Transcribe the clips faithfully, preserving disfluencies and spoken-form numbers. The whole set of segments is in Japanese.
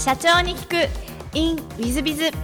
社長に聞く in ウィズビズ。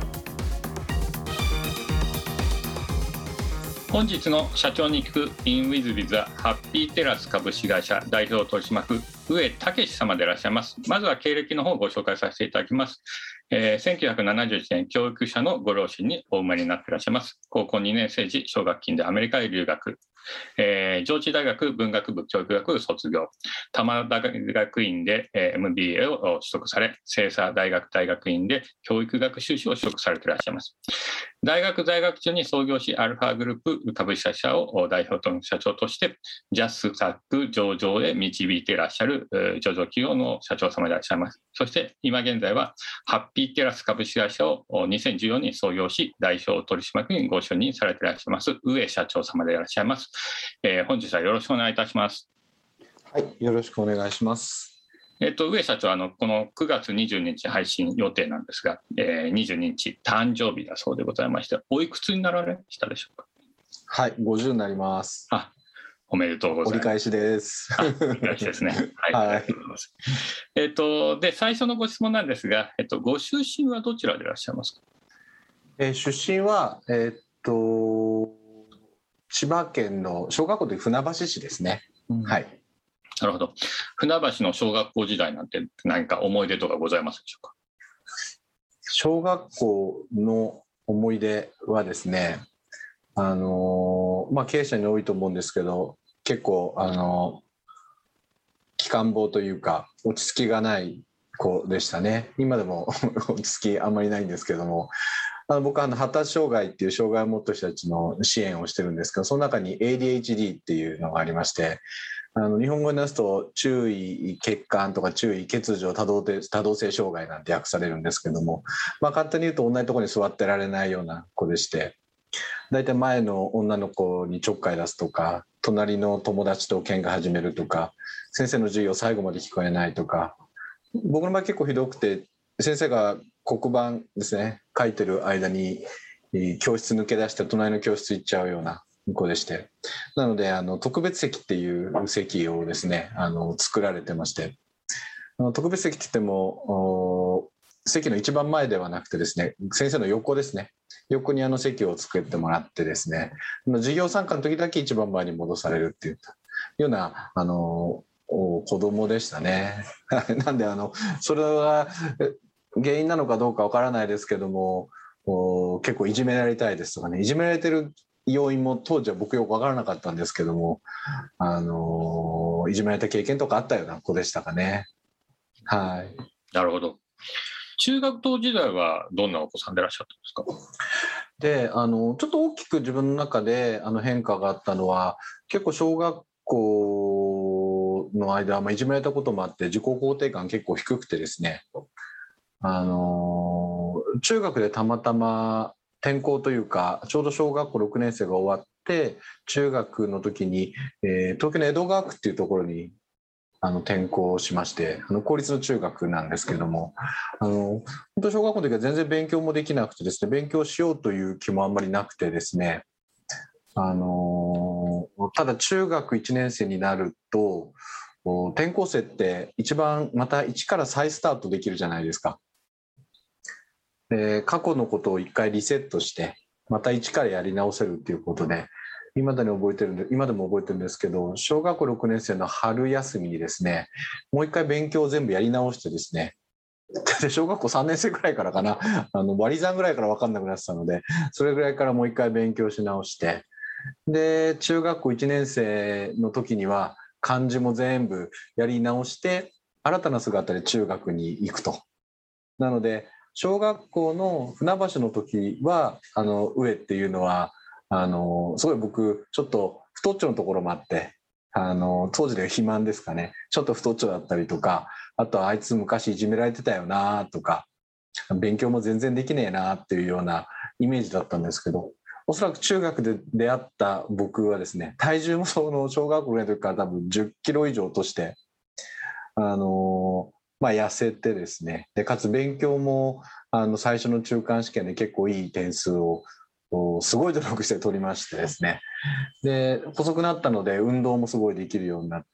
本日の社長に聞く in ウィズビズはハッピーテラス株式会社代表取締役上武様でいらっしゃいます。まずは経歴の方をご紹介させていただきます。えー、せんきゅうひゃくななじゅういちねん教育者のご両親にお生まれになっていらっしゃいます。高校にねん生時奨学金でアメリカへ留学、えー、上智大学文学部教育学部卒業、多摩大学院で エムビーエー を取得され、清華大学大学院で教育学修士を取得されていらっしゃいます。大学在学中に創業しアルファグループ株式会社を代表と社長としてジャスダック上場へ導いていらっしゃる上場企業の社長様でいらっしゃいます。そして今現在はハッピーテラス株式会社をにせんじゅうよねんに創業し代表取締役にご就任されていらっしゃいます上社長様でいらっしゃいます。えー、本日はよろしくお願いいたします。 はい、よろしくお願いします。 えっと、上社長はあのこのくがつにじゅうににち配信予定なんですが、えー、にじゅうににち誕生日だそうでございまして、おいくつになられましたでしょうか？ はい、ごじゅうになります。 あ、おめでとうございます。 折り返しです。 折り返しですね。はい、 はい、 ありがとうございます。えっと、で、最初のご質問なんですが、えっと、ご出身はどちらでいらっしゃいますか？ えー、出身は、えー、っと、千葉県の小学校で船橋市ですね。うん、はい。 なるほど。船橋の小学校時代なんて何か思い出とかございますでしょうか？ 小学校の思い出はですね、あのまあ経営者に多いと思うんですけど、結構あの機関棒というか落ち着きがない子でしたね。今でも落ち着きあんまりないんですけども、あの僕はあの発達障害っていう障害を持った人たちの支援をしてるんですけど、その中に エーディーエイチディー っていうのがありまして、あの日本語に出すと注意欠陥とか注意欠如多動で多動性障害なんて訳されるんですけども、まあ、簡単に言うと同じところに座ってられないような子でして、だいたい前の女の子にちょっかい出すとか、隣の友達と喧嘩始めるとか、先生の授業最後まで聞こえないとか、僕の場合結構ひどくて、先生が黒板ですね書いてる間に教室抜け出して隣の教室行っちゃうような子でして、なのであの特別席っていう席をですねあの作られてまして、あの特別席って言っても席の一番前ではなくてですね、先生の横ですね、横にあの席を作ってもらってですね、授業参加の時だけ一番前に戻されるっていうようなあの子供でしたね。なんであのそれは原因なのかどうかわからないですけども、結構いじめられたいですとかね、いじめられてる要因も当時は僕よくわからなかったんですけども、あのいじめられた経験とかあったような子でしたかね。はい。 なるほど。中学校時代はどんなお子さんでいらっしゃったんですか？ で、あのちょっと大きく自分の中であの変化があったのは、結構小学校の間、まあ、いじめられたこともあって自己肯定感結構低くてですね、あの中学でたまたま転校というか、ちょうど小学校ろくねん生が終わって中学の時に、えー、東京の江戸川区っていうところにあの転校しまして、あの公立の中学なんですけども、あの本当小学校の時は全然勉強もできなくてですね、勉強しようという気もあんまりなくてですね、あのただ中学いちねん生になると転校生って一番また一から再スタートできるじゃないですか。で、過去のことを一回リセットしてまた一からやり直せるっていうことで、今だに覚えてるんで今でも覚えてるんですけど、小学校ろくねん生の春休みにですね、もう一回勉強を全部やり直してですね、で小学校さんねん生ぐらいからかな、あの割り算ぐらいから分かんなくなってたので、それぐらいからもう一回勉強し直して、で中学校いちねん生の時には漢字も全部やり直して新たな姿で中学に行くと。なので小学校の船橋の時はあの上っていうのはあのすごい僕ちょっと太っちょのところもあって、あの当時で肥満ですかね、ちょっと太っちょだったりとか、あとはあいつ昔いじめられてたよなとか、勉強も全然できねえなっていうようなイメージだったんですけど、おそらく中学で出会った僕はですね、体重もその小学校の時から多分じゅっキロ以上落として、あのまあ、痩せてですね、でかつ勉強もあの最初の中間試験で結構いい点数をすごい努力して取りましてですね、で細くなったので運動もすごいできるようになって、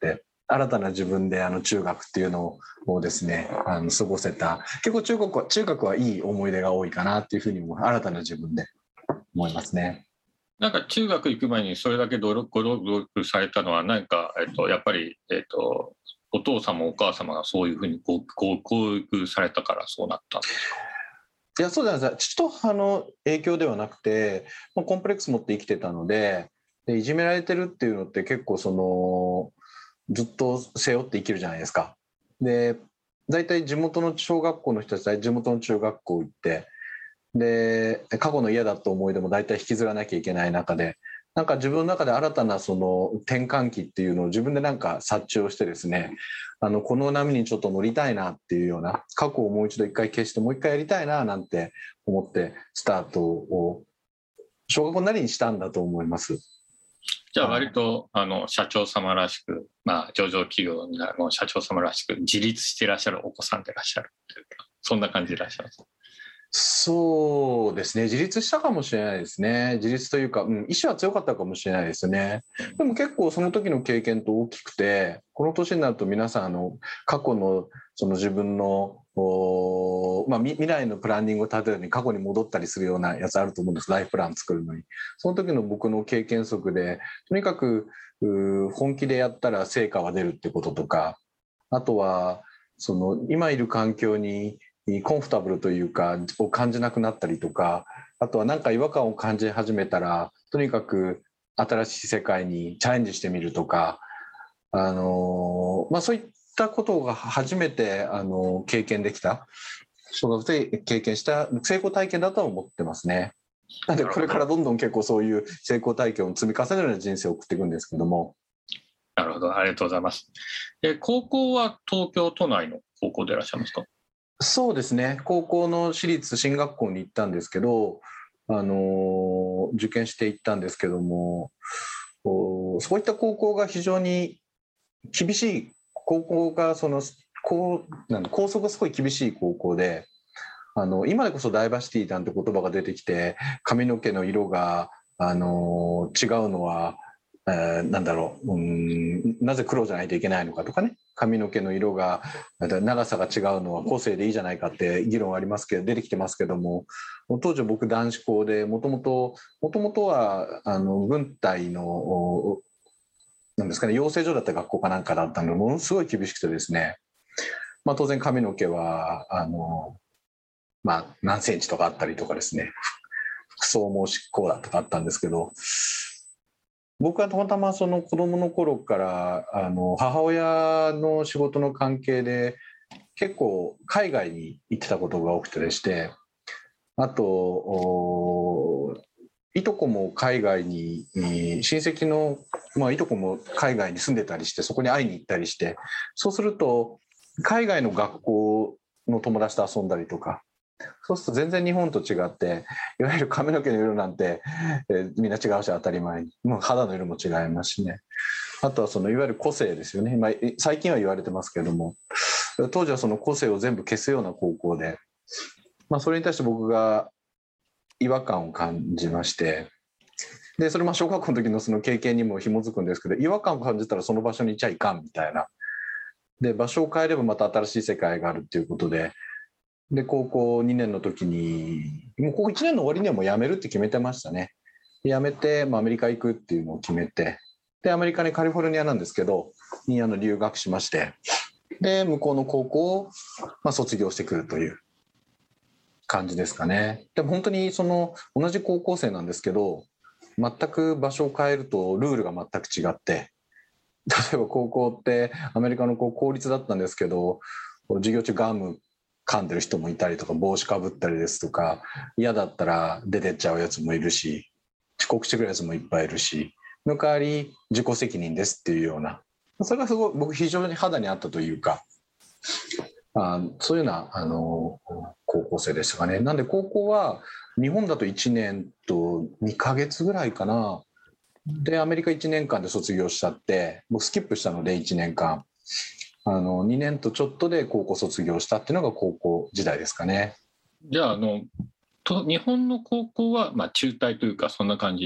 新たな自分であの中学っていうのをですねあの過ごせた、結構中学は中学はいい思い出が多いかなっていうふうにも新たな自分で思いますね。 なんか中学行く前にそれだけ努力ご努力されたのは何か、えっと、やっぱり、えっと、お父様お母様がそういうふうにこうこう教育されたからそうなったんですか？ いやそうじゃないです。父と母の影響ではなくて、まあ、コンプレックス持って生きてたので、でいじめられてるっていうのって結構そのずっと背負って生きるじゃないですか。で大体地元の小学校の人たちは地元の中学校行って、で過去の嫌だった思い出も大体引きずらなきゃいけない中で、なんか自分の中で新たなその転換期っていうのを自分でなんか察知をしてですね、あのこの波にちょっと乗りたいなっていうような、過去をもう一度一回消してもう一回やりたいななんて思ってスタートを小学校なりにしたんだと思います。 じゃあ割とあの社長様らしく、まあ、上場企業の社長様らしく自立していらっしゃるお子さんでいらっしゃるというか、そんな感じでいらっしゃいます？ そうですね、自立したかもしれないですね。自立というか、うん、意志は強かったかもしれないですね。でも結構その時の経験と大きくて、この年になると皆さんあの過去のその自分の、まあ、未来のプランニングを立てるのに過去に戻ったりするようなやつあると思うんです。ライフプラン作るのに。その時の僕の経験則で、とにかく本気でやったら成果は出るってこととか、あとはその今いる環境にコンフォタブルというかを感じなくなったりとか、あとは何か違和感を感じ始めたらとにかく新しい世界にチャレンジしてみるとか、あの、まあ、そういったことが初めてあの経験できた、小学で経験した成功体験だとは思ってますね。なのでこれからどんどん結構そういう成功体験を積み重ねるような人生を送っていくんですけども。 なるほど、ありがとうございます。え高校は東京都内の高校でいらっしゃいますか？ そうですね、高校の私立進学校に行ったんですけど、あの受験していったんですけども、そういった高校が非常に厳しい高校がそのこうなん校則がすごい厳しい高校で、あの今でこそダイバーシティなんて言葉が出てきて、髪の毛の色があの違うのは、えー、なんだろう、うーんなぜ黒じゃないといけないのかとかね、髪の毛の色が長さが違うのは個性でいいじゃないかって議論ありますけど、出てきてますけども、当時僕男子校で、もともともともとはあの軍隊のなんですかね、養成所だった学校かなんかだったので、ものすごい厳しくてですね、まあ、当然髪の毛はあの、まあ、何センチとかあったりとかですね、服装も執行だとかあったんですけど、僕はたまたまその子供の頃からあの母親の仕事の関係で結構海外に行ってたことが多くてでして、あといとこも海外に、親戚の、まあ、いとこも海外に住んでたりして、そこに会いに行ったりして、そうすると海外の学校の友達と遊んだりとか、そうすると全然日本と違って、いわゆる髪の毛の色なんて、えー、みんな違うし当たり前に、もう肌の色も違いますしね。あとはそのいわゆる個性ですよね、まあ、最近は言われてますけれども、当時はその個性を全部消すような高校で、まあ、それに対して僕が違和感を感じまして、でそれまあ小学校の時のその経験にも紐づくんですけど、違和感を感じたらその場所にいちゃいかんみたいな、で場所を変えればまた新しい世界があるっていうことで、で高校にねんの時にもう高校いちねんの終わりにはもう辞めるって決めてましたね。辞めて、まあ、アメリカ行くっていうのを決めて、でアメリカにカリフォルニアなんですけどにあの留学しまして、で向こうの高校を、まあ、卒業してくるという感じですかね。でも本当にその同じ高校生なんですけど、全く場所を変えるとルールが全く違って、例えば高校ってアメリカのこう公立だったんですけど、授業中ガム噛んでる人もいたりとか、帽子かぶったりですとか、嫌だったら出てっちゃうやつもいるし、遅刻してくるやつもいっぱいいるし、の代わり自己責任ですっていうような、それがすごい僕非常に肌に合ったというか、あそういうようなあの高校生でしたかね。なんで高校は日本だといちねんとにかげつぐらいかな、でアメリカいちねんかんで卒業しちゃって、僕スキップしたのでいちねんかん、あのにねんとちょっとで高校卒業したっていうのが高校時代ですかね。 じゃあ、あのと日本の高校はまあ中退というかそんな感じで、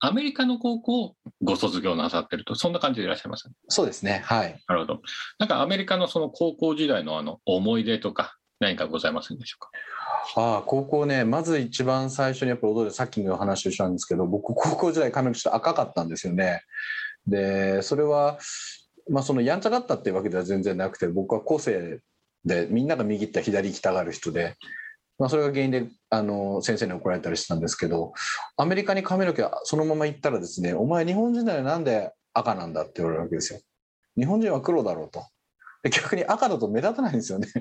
アメリカの高校をご卒業なさってると、そんな感じでいらっしゃいます？ そうですね、はい。 なるほど。なんかアメリカのその高校時代のあの思い出とか何かございませんでしょうか？ ああ、高校ね、まず一番最初にやっぱり踊る、さっきの話をしたんですけど、僕高校時代髪の毛ちょっと赤かったんですよね。でそれは、まあ、そのやんちゃだったっていうわけでは全然なくて、僕は個性でみんなが右行った左行きたがる人で、まあ、それが原因であの先生に怒られたりしたんですけど、アメリカに髪の毛そのまま行ったらですね、お前日本人なのになんで赤なんだって言われるわけですよ。日本人は黒だろうと。で逆に赤だと目立たないんですよね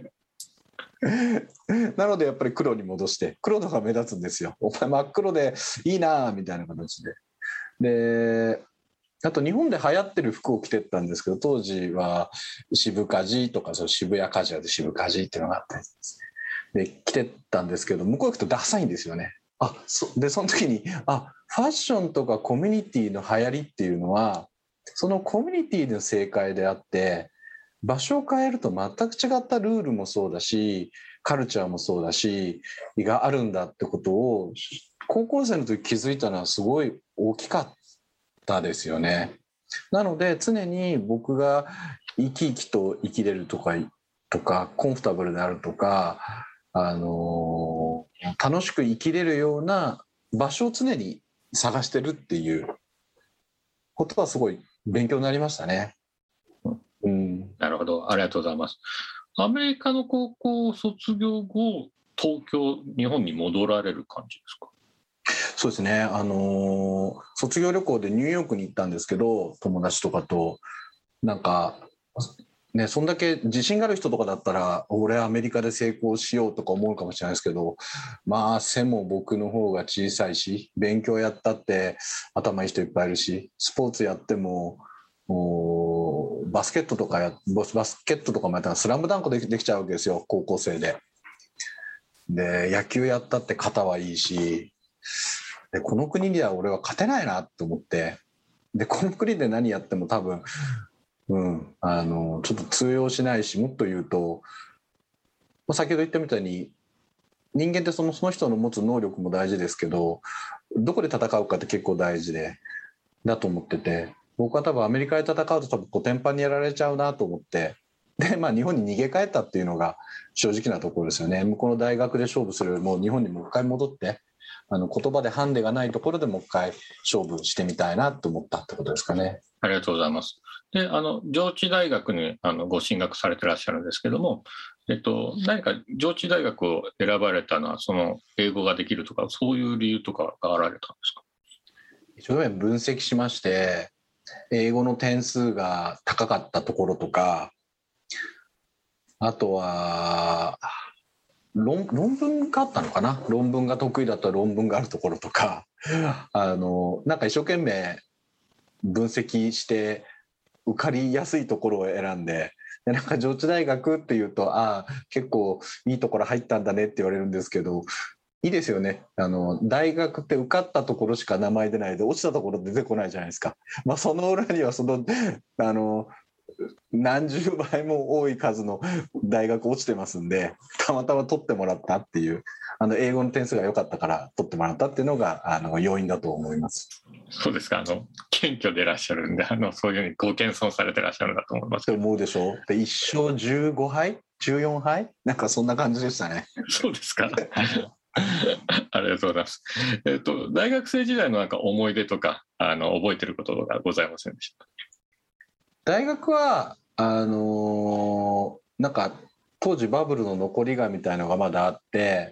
なのでやっぱり黒に戻して、黒の方が目立つんですよ。お前真っ黒でいいなみたいな形で。であと日本で流行ってる服を着てったんですけど、当時は渋カジとか、そう渋谷カジュアルで渋カジっていうのがあったりですね。で着てったんですけど、向こう行くとダサいんですよね。あそでその時にあファッションとかコミュニティの流行りっていうのはそのコミュニティの正解であって、場所を変えると全く違ったルールもそうだしカルチャーもそうだしがあるんだってことを高校生の時気づいたのはすごい大きかったですよね。なので常に僕が生き生きと生きれるとかとかコンフォタブルであるとか、あのー、楽しく生きれるような場所を常に探してるっていうことはすごい勉強になりましたね。うん、 なるほど、ありがとうございます。アメリカの高校を卒業後、東京、日本に戻られる感じですか？ そうですね、あのー、卒業旅行でニューヨークに行ったんですけど、友達とかとなんかね、そんだけ自信がある人とかだったら俺アメリカで成功しようとか思うかもしれないですけど、まあ背も僕の方が小さいし、勉強やったって頭いい人いっぱいいるし、スポーツやってもバスケットとかやバスケットとかもやったらスラムダンクでできちゃうわけですよ、高校生で。で野球やったって肩はいいし、でこの国には俺は勝てないなと思って、でこの国で何やっても多分、うん、あのちょっと通用しないし、もっと言うと先ほど言ったみたいに人間ってその、その人の持つ能力も大事ですけど、どこで戦うかって結構大事でだと思ってて、僕は多分アメリカで戦うと多分コテンパンにやられちゃうなと思って、で、まあ、日本に逃げ帰ったっていうのが正直なところですよね。向こうの大学で勝負するよりも日本にもう一回戻って、あの言葉でハンデがないところでもう一回勝負してみたいなと思ったってことですかね。 ありがとうございます。で、あの上智大学にあのご進学されてらっしゃるんですけども、えっと、何か上智大学を選ばれたのはその英語ができるとかそういう理由とかがあられたんですか？ 一生懸命分析しまして、英語の点数が高かったところとか、あとは 論, 論文があったのかな、論文が得意だった論文があるところとか、あのなんか一生懸命分析して受かりやすいところを選んで、でなんか上智大学っていうと、ああ結構いいところ入ったんだねって言われるんですけど、いいですよね。あの大学って受かったところしか名前出ないで落ちたところ出てこないじゃないですか。まあ、その裏にはそのあの何十倍も多い数の大学落ちてますんで、たまたま取ってもらったっていう、あの英語の点数が良かったから取ってもらったっていうのがあの要因だと思います。 そうですか。あの謙虚でいらっしゃるんで、あのそういうふうにご謙遜されてらっしゃるんだと思います。 って思うでしょ。でいっ勝じゅうごはいじゅうよんはいなんかそんな感じでしたね。 そうですかありがとうございます。えっと、大学生時代のなんか思い出とかあの覚えてることとかございませんでしょうか？ 大学はあのー、なんか当時バブルの残りがみたいのがまだあって、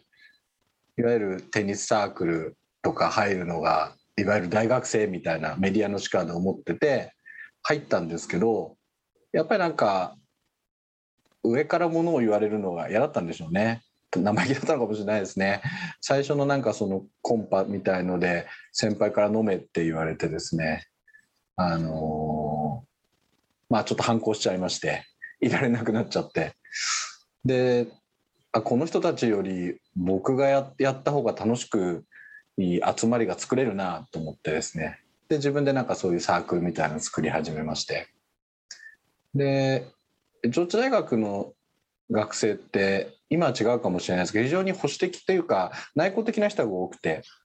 いわゆるテニスサークルとか入るのがいわゆる大学生みたいなメディアの力で思ってて入ったんですけど、やっぱりなんか上からものを言われるのが嫌だったんでしょうね。生意気だったのかもしれないですね。最初のなんかそのコンパみたいので先輩から飲めって言われてですね、あのー、まあちょっと反抗しちゃいまして、いられなくなっちゃって、であこの人たちより僕が や, やった方が楽しくいい集まりが作れるなと思ってですね、で自分でなんかそういうサークルみたいなのを作り始めまして、で上智大学の学生って今は違うかもしれないですけど、非常に保守的というか内向的な人が多くて、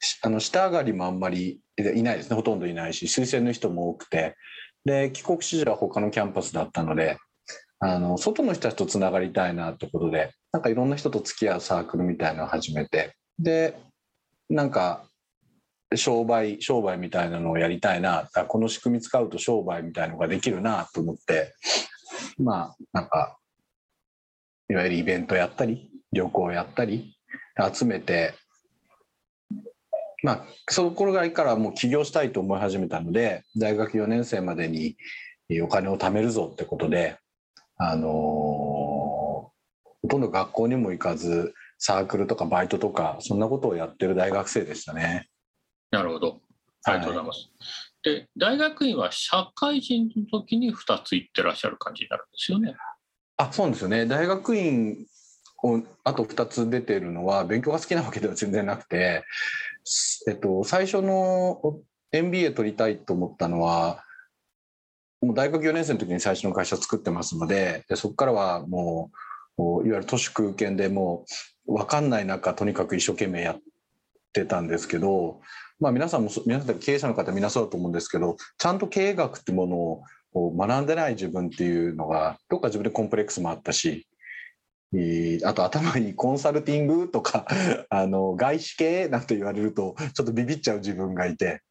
あの下上がりもあんまりいないですね。ほとんどいないし、推薦の人も多くて、で帰国子女は他のキャンパスだったので、あの外の人たちとつながりたいなってことで、なんかいろんな人と付き合うサークルみたいなのを始めて、でなんか商売商売みたいなのをやりたいな、この仕組み使うと商売みたいなのができるなと思って、まあなんかいわゆるイベントやったり旅行やったり集めて、まあその頃ぐらいからもう起業したいと思い始めたので、大学よねん生までにお金を貯めるぞってことで、あのー、ほとんど学校にも行かずサークルとかバイトとかそんなことをやってる大学生でしたね。 なるほど、ありがとうございます。はい、で大学院は社会人の時にふたつ行ってらっしゃる感じになるんですよね。 あ、そうですよね。大学院をあとふたつ出てるのは勉強が好きなわけでは全然なくて、えっと、最初の エムビーエー 取りたいと思ったのはもう大学よねん生の時に最初の会社を作ってますの で, でそこからはもういわゆる都市空間でもう分かんない中とにかく一生懸命やってたんですけど、まあ、皆さんも皆さん経営者の方みんなそうだと思うんですけど、ちゃんと経営学ってものを学んでない自分っていうのがどっか自分でコンプレックスもあったし、あと頭にコンサルティングとかあの外資系なんて言われるとちょっとビビっちゃう自分がいて、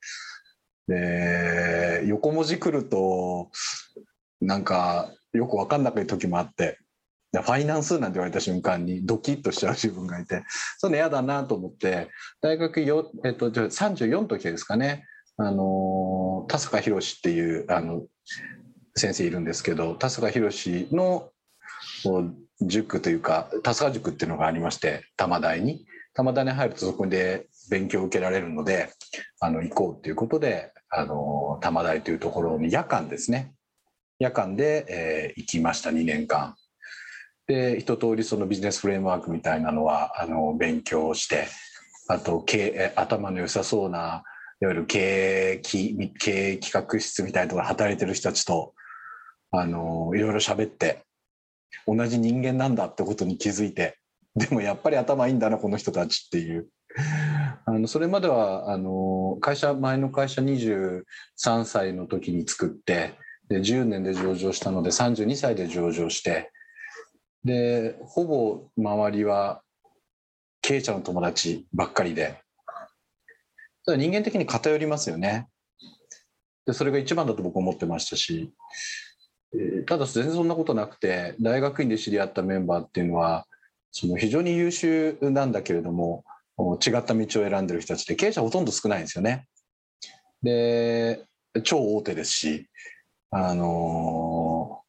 で横文字来るとなんかよく分かんなくない時もあって、ファイナンスなんて言われた瞬間にドキッとしちゃう自分がいて、そういうの嫌だなと思って大学よ、えっと、じゃあさんじゅうよんの時ですかね、あの田坂宏っていうあの先生いるんですけど、田坂宏の塾というか田坂塾っていうのがありまして、多摩大に多摩大に入るとそこで勉強を受けられるのであの行こうということで、あの多摩大というところに夜間ですね夜間で、えー、行きました。にねんかんで一通りそのビジネスフレームワークみたいなのはあの勉強して、あと経頭の良さそうないわゆる経営経営企画室みたいなところで働いてる人たちとあのいろいろ喋って、同じ人間なんだってことに気づいて、でもやっぱり頭いいんだなこの人たちっていう。あのそれまではあの会社前の会社にじゅうさんさいの時に作って、でじゅうねんで上場したのでさんじゅうにさいで上場して、でほぼ周りは経営者の友達ばっかりで、人間的に偏りますよね。でそれが一番だと僕は思ってましたし、ただ全然そんなことなくて、大学院で知り合ったメンバーっていうのはその非常に優秀なんだけれども違った道を選んでる人たちで、経営者ほとんど少ないんですよね。で超大手ですし、あの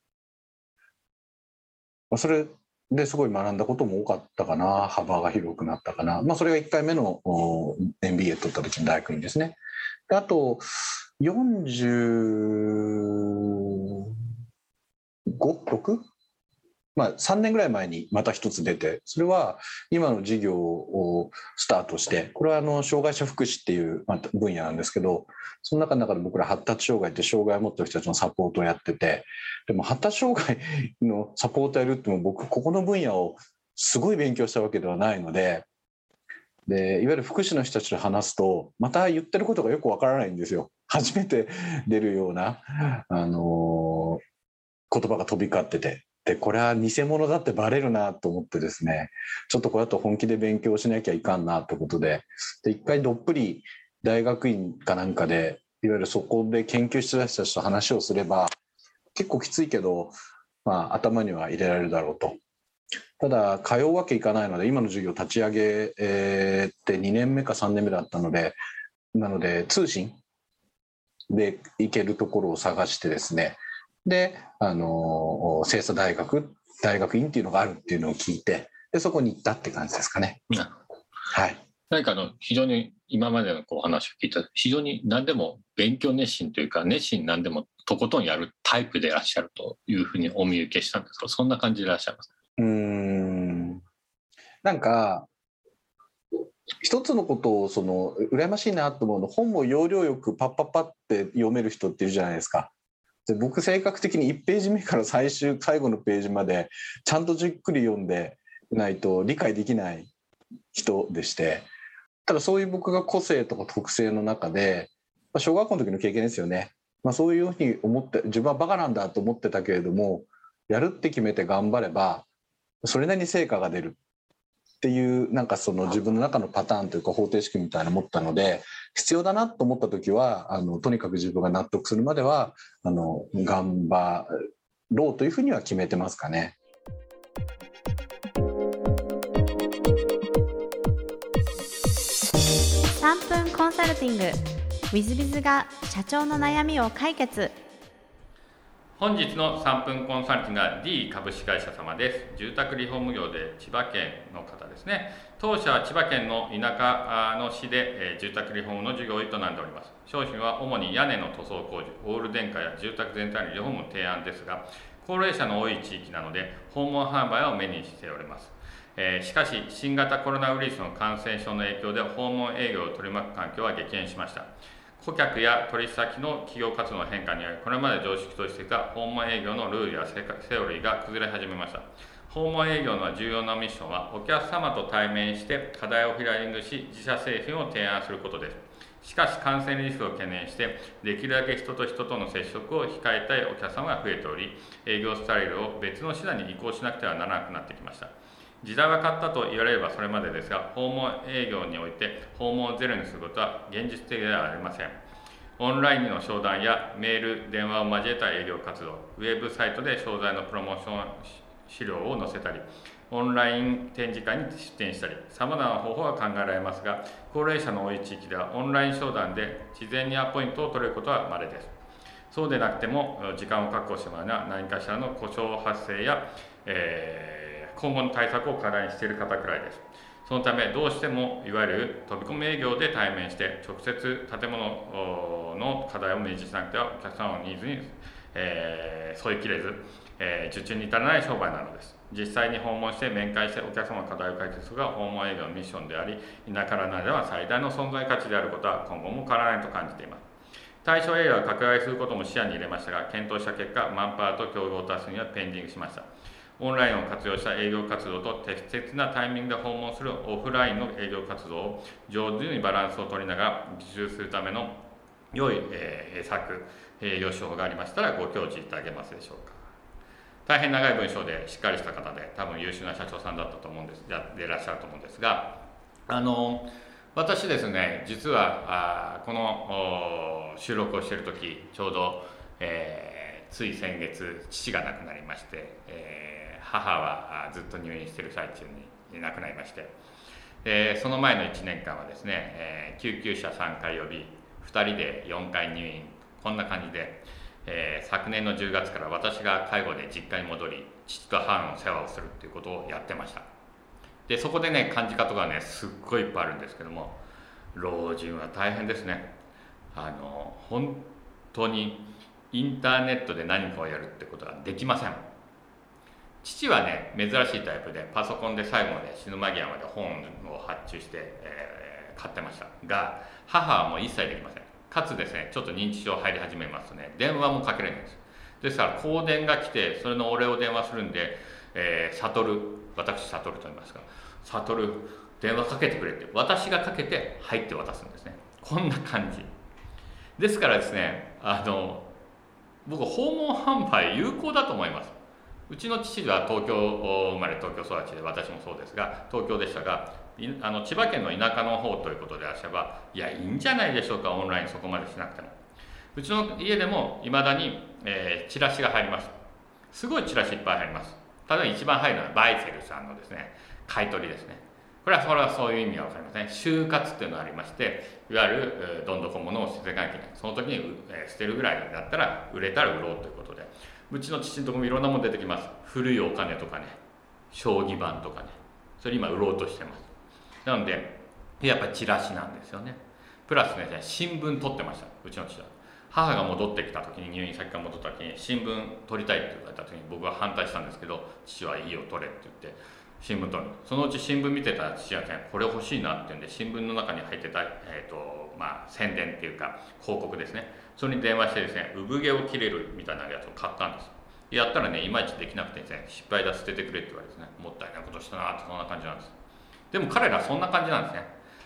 ー、それですごい学んだことも多かったかな。幅が広くなったかな。まあそれがいっかいめの エムビーエー 取った時の大学院ですね。であとよんじゅうご、ろく? まあさんねんぐらい前にまた一つ出て、それは今の事業をスタートして、これはあの障害者福祉っていう分野なんですけど、その中の中で僕ら発達障害って障害を持ってる人たちのサポートをやってて、でも発達障害のサポートやるっても僕ここの分野をすごい勉強したわけではないので、でいわゆる福祉の人たちと話すとまた言ってることがよくわからないんですよ。初めて出るような、あのー、言葉が飛び交ってて、でこれは偽物だってバレるなと思ってですね、ちょっとこれだと本気で勉強しなきゃいかんなってことで、で一回どっぷり大学院かなんかでいわゆるそこで研究してた人たちと話をすれば結構きついけど、まあ、頭には入れられるだろうと。ただ通うわけいかないので、今の授業立ち上げってにねんめかさんねんめだったので、なので通信で行けるところを探してですね、であの清査大学大学院っていうのがあるっていうのを聞いて、でそこに行ったって感じですかね。はい。 何かあの非常に今までのこう話を聞いた非常に何でも勉強熱心というか、熱心何でもとことんやるタイプでいらっしゃるというふうにお見受けしたんですが、そんな感じでいらっしゃいますか？ うーんなんか一つのことをその羨ましいなと思うの、本も要領よくパッパッパって読める人っているじゃないですか。で僕性格的にいちページ目から最終最後のページまでちゃんとじっくり読んでないと理解できない人でして、 ただそういう僕が個性とか特性の中で、まあ、小学校の時の経験ですよね、まあ、そういうふうに思って自分はバカなんだと思ってたけれども、やるって決めて頑張ればそれなりに成果が出るっていう、なんかその自分の中のパターンというか方程式みたいなの持ったので、必要だなと思った時はあのとにかく自分が納得するまではあの頑張ろうというふうには決めてますかね。 さんぷんコンサルティング ウィズビズ が社長の悩みを解決。 本日のさんぷんコンサルティングは D 株式会社様です。住宅リフォーム業で千葉県の方ですね。当社は千葉県の田舎の市で住宅リフォームの事業を営んでおります。商品は主に屋根の塗装工事、オール電化や住宅全体のリフォームの提案ですが、高齢者の多い地域なので訪問販売を目にしております。えー、しかし新型コロナウイルスの感染症の影響で訪問営業を取り巻く環境は激変しました。顧客や取引先の企業活動の変化により、これまで常識としていた訪問営業のルールやセオリーが崩れ始めました。訪問営業の重要なミッションは、お客様と対面して課題をヒアリングし、自社製品を提案することです。しかし感染リスクを懸念して、できるだけ人と人との接触を控えたいお客様が増えており、営業スタイルを別の手段に移行しなくてはならなくなってきました。時代は変わったと言われればそれまでですが、訪問営業において訪問をゼロにすることは現実的ではありません。オンラインの商談やメール、電話を交えた営業活動、ウェブサイトで商材のプロモーション資料を載せたり、オンライン展示会に出展したり、さまざまな方法が考えられますが、高齢者の多い地域ではオンライン商談で事前にアポイントを取れることは稀です。そうでなくても時間を確保してもらうには何かしらの故障発生や、えー今後の対策を課題にしている方くらいです。そのためどうしてもいわゆる飛び込み営業で対面して直接建物の課題を明示しなくてはお客様のニーズに、えー、沿いきれず、えー、受注に至らない商売なのです。実際に訪問して面会してお客様の課題を解決するが訪問営業のミッションであり、田舎ならでは最大の存在価値であることは今後も変わらないと感じています。対象営業は拡大することも視野に入れましたが、検討した結果、マンパワーと競合多数にはペンディングしました。オンラインを活用した営業活動と適切なタイミングで訪問するオフラインの営業活動を上手にバランスを取りながら受注するための良い、えー、策、営業手法がありましたらご教示いただけますでしょうか。大変長い文章でしっかりした方で、多分優秀な社長さんだったと思うんです、でいらっしゃると思うんですが、あの私ですね、実はあこの収録をしている時、ちょうど、えー、つい先月父が亡くなりまして、えー母はずっと入院している最中に亡くなりまして、でその前のいちねんかんはですね、えー、救急車さんかい呼びふたりでよんかい入院、こんな感じで、えー、昨年のじゅうがつから私が介護で実家に戻り父と母の世話をするっていうことをやってました。でそこでね、感じ方がねすっごいいっぱいあるんですけども、老人は大変ですね。あの本当にインターネットで何かをやるってことができません。父はね、珍しいタイプでパソコンで最後まで死ぬ間際まで本を発注して、えー、買ってましたが、母はもう一切できません。かつですね、ちょっと認知症入り始めますとね、電話もかけれないんです。ですから香典が来てそれのお礼を電話するんで、えー、悟る、私悟ると言いますが、悟る電話かけてくれって私がかけて入って渡すんですね。こんな感じですからですね、あの僕訪問販売有効だと思います。うちの父は東京生まれ東京育ちで、私もそうですが東京でしたが、あの千葉県の田舎の方ということであれば、いやいいんじゃないでしょうか、オンラインそこまでしなくても。うちの家でもいまだに、えー、チラシが入ります。すごいチラシいっぱい入ります。例えば一番入るのはバイセルさんのですね、買い取りですね。これはそれはそういう意味は分かりません。就活っていうのがありまして、いわゆるどんどこものを捨てていかなきゃいけない。その時に、えー、捨てるぐらいだったら売れたら売ろうということで、うちの父のところもいろんなもの出てきます。古いお金とかね、将棋盤とかね、それ今売ろうとしてます。なのでやっぱりチラシなんですよね。プラスね、新聞取ってました、うちの父は。母が戻ってきた時に、入院先から戻った時に新聞取りたいって言われた時に僕は反対したんですけど、父はいいよ取れって言って新聞取る。そのうち新聞見てたら父はね、これ欲しいなって言うんで、新聞の中に入ってた、えーとまあ、宣伝っていうか広告ですね、それに電話してですね、産毛を切れるみたいなやつを買ったんです。やったらね、いまいちできなくてですね、失敗だ、捨ててくれって言われてですね、もったいないことしたなって、そんな感じなんです。でも彼らはそんな感じなんですね。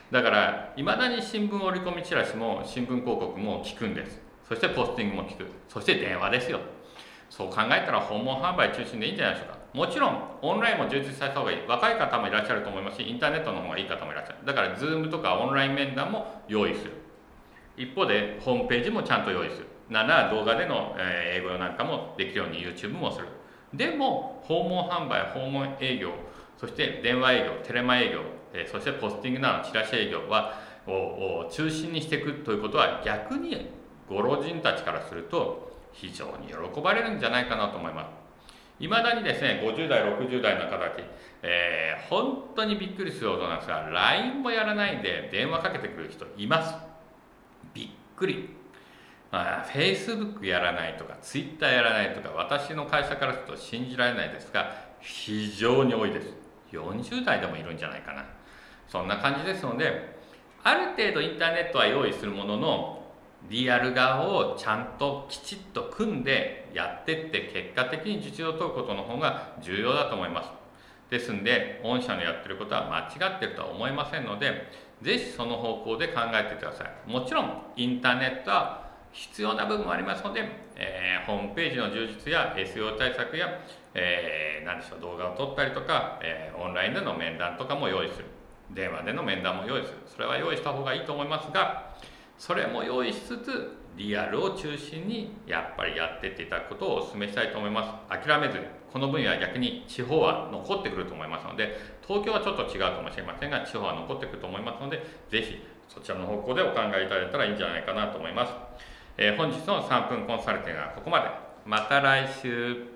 だからいまだに新聞折り込みチラシも新聞広告も効くんです。そしてポスティングも効く。そして電話ですよ。そう考えたら訪問販売中心でいいんじゃないでしょうか。もちろんオンラインも充実させた方がいい。若い方もいらっしゃると思いますし、インターネットの方がいい方もいらっしゃる。だから Zoom とかオンライン面談も用意する。一方でホームページもちゃんと用意する。なんなら動画での英語なんかもできるように YouTube もする。でも訪問販売、訪問営業、そして電話営業、テレマ営業、そしてポスティングなどのチラシ営業はを中心にしていくということは、逆にご老人たちからすると非常に喜ばれるんじゃないかなと思います。いまだにですね、ごじゅう代、ろくじゅう代の方たち、えー、本当にびっくりするほどなんですが、ライン もやらないで電話かけてくる人います。びっくり。あ、Facebook やらないとか Twitter やらないとか、私の会社からすると信じられないですが、非常に多いです。よんじゅう代でもいるんじゃないかな。そんな感じですので、ある程度インターネットは用意するものの、リアル側をちゃんときちっと組んでやっていって、結果的に実用を取ることの方が重要だと思います。ですんで、御社のやってることは間違っているとは思いませんので、ぜひその方向で考えてください。もちろんインターネットは必要な部分もありますので、えー、ホームページの充実や エスイーオー 対策や、えー、何でしょう、動画を撮ったりとか、えー、オンラインでの面談とかも用意する。電話での面談も用意する。それは用意した方がいいと思いますが、それも用意しつつリアルを中心にやっぱりやっていっていただくことをお勧めしたいと思います。諦めずに、この分野は逆に地方は残ってくると思いますので、東京はちょっと違うかもしれませんが、地方は残ってくると思いますので、ぜひそちらの方向でお考えいただいたらいいんじゃないかなと思います。えー、本日のさんぷんコンサルティングはここまで。また来週。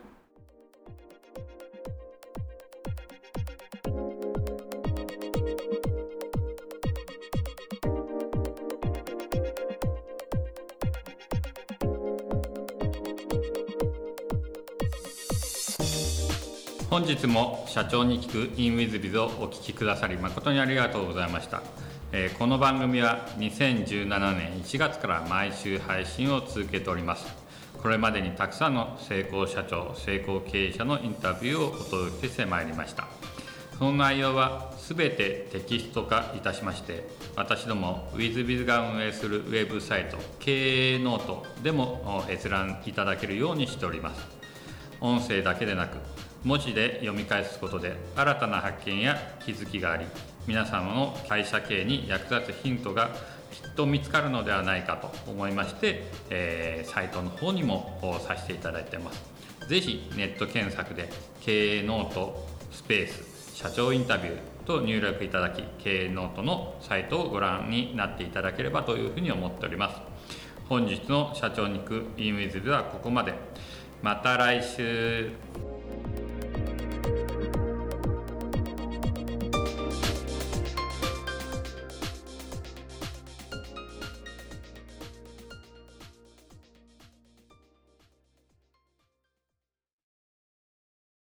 本日も社長に聞く InWithBiz をお聞きくださり誠にありがとうございました。えー、この番組はにせんじゅうななねんいちがつから毎週配信を続けております。これまでにたくさんの成功社長、成功経営者のインタビューをお届けしてまいりました。その内容はすべてテキスト化いたしまして、私ども WithBiz が運営するウェブサイト経営ノートでも閲覧いただけるようにしております。音声だけでなく文字で読み返すことで新たな発見や気づきがあり、皆様の会社経営に役立つヒントがきっと見つかるのではないかと思いまして、えー、サイトの方にもさせていただいています。ぜひネット検索で経営ノートスペース社長インタビューと入力いただき、経営ノートのサイトをご覧になっていただければというふうに思っております。本日の社長に行く InWithBiz はここまで。また来週。